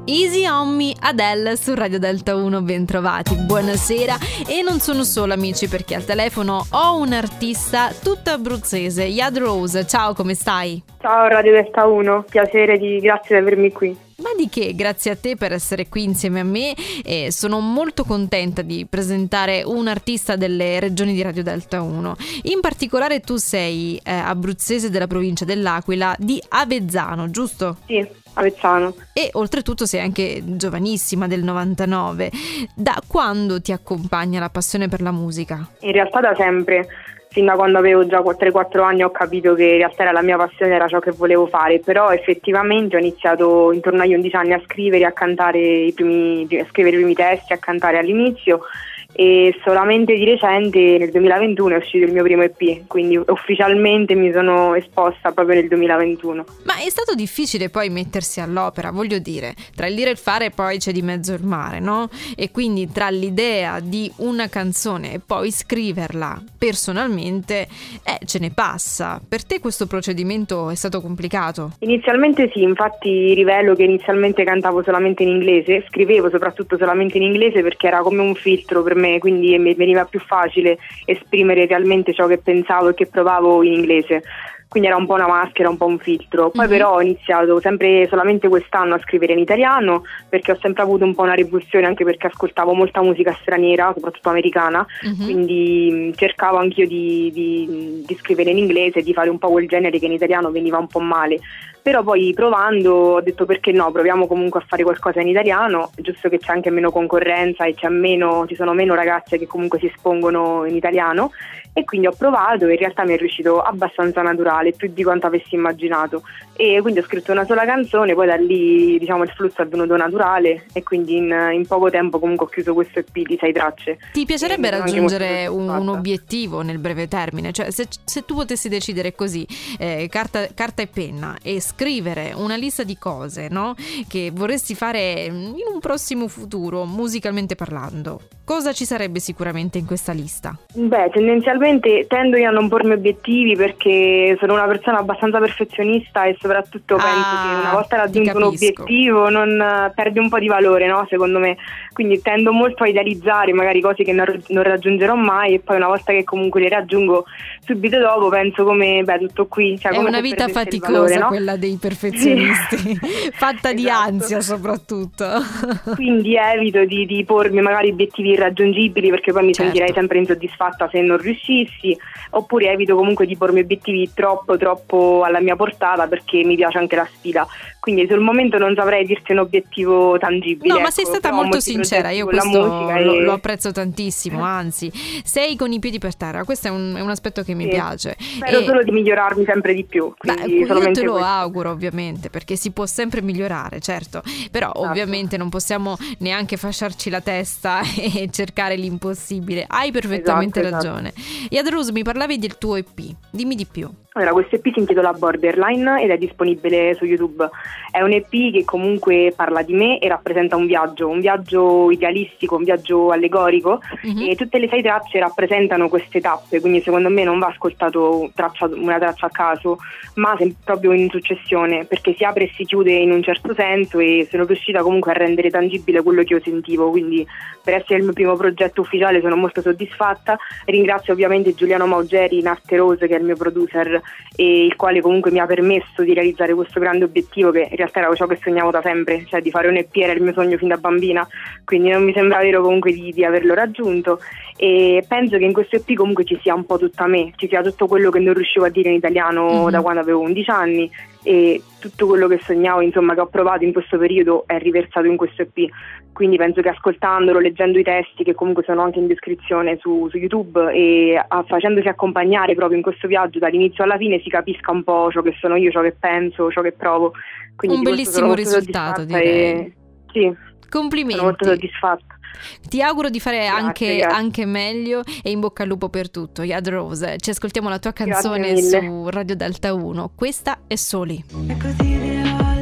Easy on Me, Adele su Radio Delta 1, bentrovati, buonasera. E non sono sola, amici, perché al telefono ho un artista tutta abruzzese, Yad Rose. Ciao, come stai? Ciao Radio Delta 1, piacere, grazie di avermi qui. Ma di che, grazie a te per essere qui insieme a me, e sono molto contenta di presentare un artista delle regioni di Radio Delta 1. In particolare tu sei abruzzese della provincia dell'Aquila, di Avezzano, giusto? Sì, Avezzano. E oltretutto sei anche giovanissima, del 99. Da quando ti accompagna la passione per la musica? In realtà da sempre. Fin da quando avevo già 3-4 anni ho capito che in realtà era la mia passione, era ciò che volevo fare, però effettivamente ho iniziato intorno agli 11 anni a scrivere, a cantare a scrivere i primi testi, a cantare all'inizio, e solamente di recente nel 2021 è uscito il mio primo EP, quindi ufficialmente mi sono esposta proprio nel 2021. Ma è stato difficile poi mettersi all'opera, voglio dire, tra il dire e il fare poi c'è di mezzo il mare, no? E quindi tra l'idea di una canzone e poi scriverla personalmente, ce ne passa. Per te questo procedimento è stato complicato? Inizialmente sì, infatti rivelo che inizialmente cantavo solamente in inglese, scrivevo soprattutto solamente in inglese perché era come un filtro per me, quindi mi veniva più facile esprimere realmente ciò che pensavo e che provavo in inglese. Quindi era un po' una maschera, un po' un filtro. Poi però ho iniziato sempre solamente quest'anno a scrivere in italiano, perché ho sempre avuto un po' una ripulsione, anche perché ascoltavo molta musica straniera, soprattutto americana, quindi cercavo anch'io di scrivere in inglese e di fare un po' quel genere che in italiano veniva un po' male. Però poi provando ho detto perché no, proviamo comunque a fare qualcosa in italiano, giusto che c'è anche meno concorrenza e ci sono meno ragazze che comunque si espongono in italiano, e quindi ho provato e in realtà mi è riuscito abbastanza naturale, più di quanto avessi immaginato, e quindi ho scritto una sola canzone, poi da lì il flusso è venuto naturale e quindi in poco tempo comunque ho chiuso questo EP di 6 tracce. Ti piacerebbe raggiungere un obiettivo nel breve termine? Cioè se tu potessi decidere così, carta e penna, e scrivere una lista di cose, no, che vorresti fare in un prossimo futuro, musicalmente parlando, cosa ci sarebbe sicuramente in questa lista? Beh, tendenzialmente tendo io a non pormi obiettivi perché sono una persona abbastanza perfezionista e soprattutto penso che una volta raggiunto un obiettivo non perde un po' di valore, no, secondo me. Quindi tendo molto a idealizzare magari cose che non raggiungerò mai, e poi una volta che comunque le raggiungo subito dopo penso come tutto qui. Cioè, è come una vita faticosa, valore, no? Quella dei perfezionisti, fatta di ansia soprattutto. Quindi evito di pormi magari obiettivi irraggiungibili, perché poi mi sentirei sempre insoddisfatta se non riuscissi, oppure evito comunque di pormi obiettivi troppo alla mia portata, perché mi piace anche la sfida. Quindi sul momento non saprei dirti un obiettivo tangibile. No, ma sei stata molto sincera, io questo lo apprezzo tantissimo, anzi sei con i piedi per terra, questo è un aspetto che mi piace. Spero solo di migliorarmi sempre di più. Io te lo auguro, ovviamente, perché si può sempre migliorare, certo, però ovviamente non possiamo neanche fasciarci la testa e cercare l'impossibile. Hai perfettamente ragione. Yad Rose, mi parlavi del tuo EP, dimmi di più. Allora, questo EP si intitola Borderline ed è disponibile su YouTube. È un EP che comunque parla di me e rappresenta un viaggio idealistico, un viaggio allegorico, e tutte le 6 tracce rappresentano queste tappe, quindi secondo me non va ascoltato una traccia a caso, ma proprio in successione, perché si apre e si chiude in un certo senso, e sono riuscita comunque a rendere tangibile quello che io sentivo, quindi per essere il mio primo progetto ufficiale sono molto soddisfatta. Ringrazio ovviamente Giuliano Maugeri in Arte Rose, che è il mio producer, e il quale comunque mi ha permesso di realizzare questo grande obiettivo, che in realtà era ciò che sognavo da sempre, cioè di fare un EP era il mio sogno fin da bambina, quindi non mi sembra vero comunque di averlo raggiunto. E penso che in questo EP comunque ci sia un po' tutta me, ci sia tutto quello che non riuscivo a dire in italiano da quando avevo 11 anni, e tutto quello che sognavo, insomma, che ho provato in questo periodo è riversato in questo EP. Quindi penso che ascoltandolo, leggendo i testi, che comunque sono anche in descrizione su YouTube, e facendosi accompagnare proprio in questo viaggio dall'inizio alla fine, si capisca un po' ciò che sono io, ciò che penso, ciò che provo. Quindi un bellissimo risultato, direi. Sì, complimenti. Sono molto soddisfatta. Ti auguro di fare grazie. Anche meglio, e in bocca al lupo per tutto. Yad Rose, ci ascoltiamo la tua canzone su Radio Delta 1. Questa è Soli.